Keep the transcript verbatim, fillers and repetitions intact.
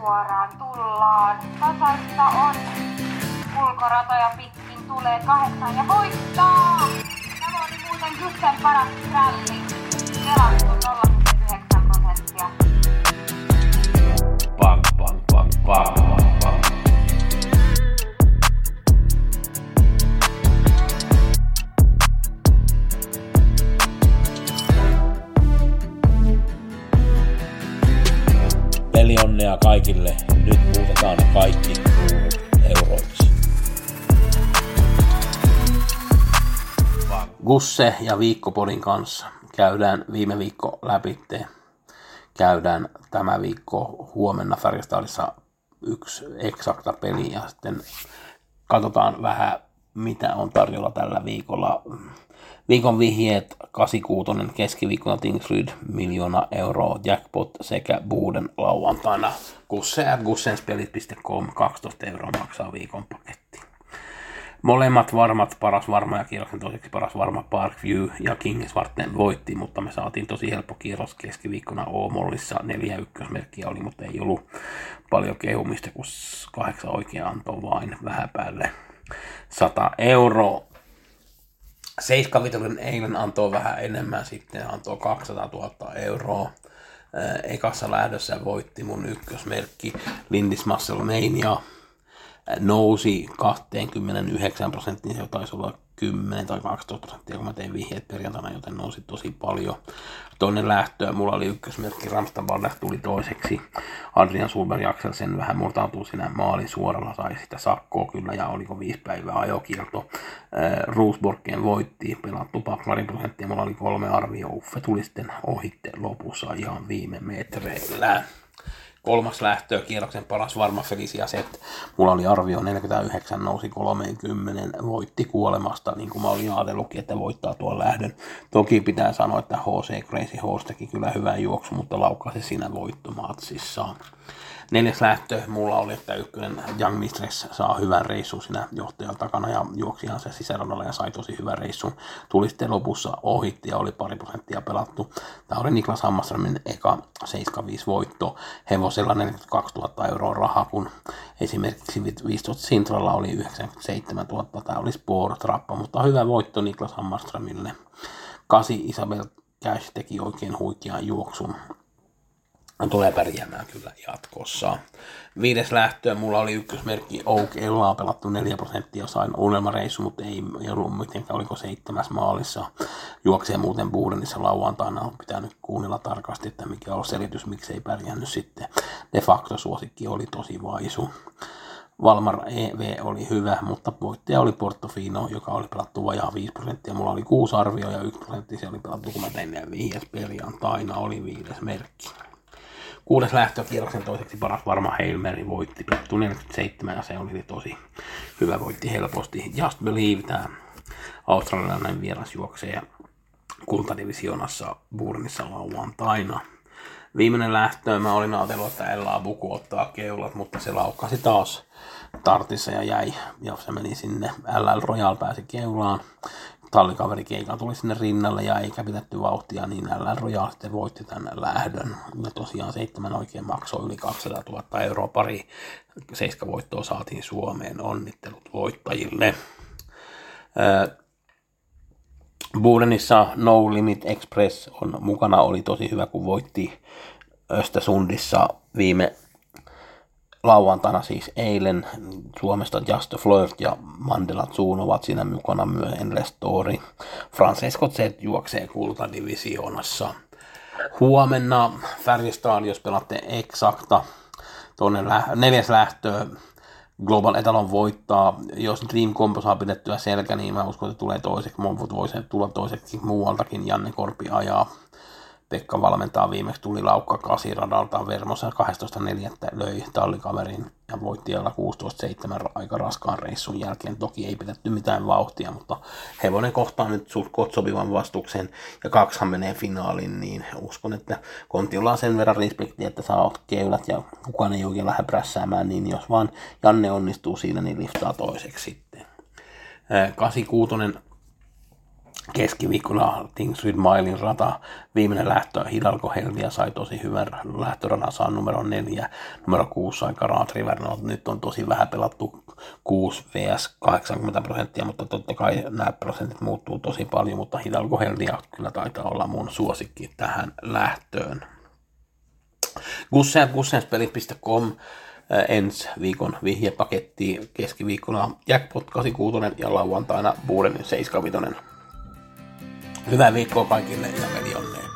suoraan tullaan. Tasaista on. Ulkoratoja pitkin tulee kahdeksan ja voittaa! Tämä oli muuten Gussen paras ralli. Pelattu nolla pilkku yhdeksän prosenttia. Bang, bang, bang, bang, bang, bang. Pelionnea kaikille. Nyt muutetaan kaikki kruunut euroiksi. Gusse ja Viikkopodin kanssa käydään viime viikko läpitte. Käydään tämä viikko huomenna Färjestadissa yksi eksakta peli ja sitten katsotaan vähän mitä on tarjolla tällä viikolla. Viikon vihjeet kahdeksankymmentäkuusi keskiviikkona Tingsryd miljoona euroa jackpot sekä Boden lauantaina. Gusse at gussenspelit piste com kaksitoista euroa maksaa viikon paketti. Molemmat varmat paras varma ja kierroksen toiseksi paras varma Parkview ja Kingsvarten voitti, mutta me saatiin tosi helppo kierros keskiviikkona O-mollissa. Neljä ykkösmerkkiä oli, mutta ei ollut paljon kehumista, kun kahdeksan oikea antoi vain vähän päälle sata euroa. Seiskavitoinen eilen antoi vähän enemmän, sitten antoi kaksisataatuhatta euroa. Ekassa lähdössä voitti mun ykkösmerkki Lindis Musclemania. Nousi kaksikymmentäyhdeksän prosenttia, se taisi olla kymmenen tai kaksitoista prosenttia, kun mä tein vihjeet perjantaina, joten nousi tosi paljon. Toinen lähtö, mulla oli ykkösmerkki, Ramstadballer tuli toiseksi. Adrian Sulberg Jakselsen vähän murtautuu siinä maalin suoralla, sai sitä sakkoa kyllä, ja oliko viisi päivää ajokielto. Roosborgien voitti, pelattu paklarin prosenttia, mulla oli kolme arvio, Uffe tuli sitten ohitte lopussa ihan viime metreillä. Kolmas lähtö, kierroksen paras varma Felicia Set. Mulla oli arvio neljäkymmentäyhdeksän, nousi kolmekymmentä, voitti kuolemasta, niin kuin mä olin ajatellutkin, että voittaa tuon lähdön. Toki pitää sanoa, että H C Crazy Horse teki kyllä hyvää juoksu, mutta laukkasi siinä voittomatsissa. Neljäs lähtö, mulla oli, että ykkönen Young Mistress saa hyvän reissun siinä johtajan takana ja juoksi ihan se sisäradalla ja sai tosi hyvän reissun. Tuli sitten lopussa ohitti ja oli pari prosenttia pelattu. Tämä oli Niklas Hammarströmin eka seitsemänkymmentäviisi voitto. Hevosella neljäkymmentäkaksituhatta euroa rahaa, kun esimerkiksi viisitoista Sintralla oli yhdeksänkymmentäseitsemäntuhatta. Tämä oli Sport-rappa, mutta hyvä voitto Niklas Hammarströmille. Kasi Isabel Cash teki oikein huikean juoksun. Tulee pärjäämään kyllä jatkossa. Viides lähtö, mulla oli ykkösmerkki Oak Ellaa pelattu neljä prosenttia, sain unelmareissu, mutta ei, ei ollut mitenkään, oliko seitsemäs maalissa. Juoksee muuten Bodenissa lauantaina, on pitänyt kuunnella tarkasti, että mikä on selitys, miksi ei pärjännyt sitten. De facto suosikki oli tosi vaisu. Valmar E V oli hyvä, mutta voittaja oli Portofino, joka oli pelattu vajaa viisi prosenttia. Mulla oli kuusi arvio ja yksi prosentti, se oli pelattu, kun mä tein viides perjantaina, oli viides merkki. Kuudes lähtökierroksen toiseksi paras varma Hail Mary voitti, pelattu neljäkymmentäseitsemän ja se oli tosi hyvä, voitti helposti. Just Believe, tämä australialainen vierasjuokseja kultadivisioonassa Bodenissa lauantaina. Viimeinen lähtö, mä olin ajatellut, että Ella Buku ottaa keulat, mutta se laukkasi taas startissa ja jäi, ja se meni sinne. L L Royal pääsi keulaan. Tallikaveri Keika tuli sinne rinnalle ja eikä pidetty vauhtia, niin L L Royal sitten voitti tämän lähdön. Ja tosiaan seitsemän oikein maksoi yli kaksisataatuhatta euroa, pari seiskavoittoa saatiin Suomeen, onnittelut voittajille. Bodenissa No Limit Express on mukana, oli tosi hyvä, kun voitti Östersundissa viime lauantaina, siis eilen. Suomesta Just a Flirt ja Mandela Zoon ovat siinä mukana myös Endless Story. Francesco Z juoksee kultadivisioonassa. Huomenna Färjestad, jos pelaatte eksakta, tuonne lä- neljäs lähtö, Global Etalon voittaa. Jos Dream Combo saa pidettyä selkä, niin mä uskon, että tulee toiseksi. Monfut voisi tulla toiseksi muualtakin. Janne Korpi ajaa. Pekka valmentaa, viimeksi tuli laukka kasiradalta Vermossa kahdestoista neljättä löi tallikaverin ja voitti jolla kuusitoista seitsemän aika raskaan reissun jälkeen. Toki ei pidetty mitään vauhtia, mutta hevonen kohtaa nyt suht sopivan vastuksen ja kaksihan menee finaaliin, niin uskon, että Kontiolla on sen verran respektiä, että saa keulat ja kukaan ei oikein lähde prässäämään, niin jos vaan Janne onnistuu siinä, niin liftaa toiseksi sitten. kahdeksankymmentäkuusi keskiviikkona Tingsryd Mailin rata, viimeinen lähtö, Hidalgo Helvia sai tosi hyvän lähtöradan, saa numero neljä, numero kuusi sai Karat River, no, nyt on tosi vähän pelattu kuusi versus kahdeksankymmentä prosenttia, mutta totta kai nämä prosentit muuttuu tosi paljon, mutta Hidalgo Helvia kyllä taitaa olla mun suosikki tähän lähtöön. Gussen, gussenspelit piste com ensi viikon vihjepaketti, keskiviikkona Jackpot kahdeksankymmentäkuusi ja lauantaina Buren seitsemänkymmentäviisi. Hyvää viikkoa kaikille ja veli onnea.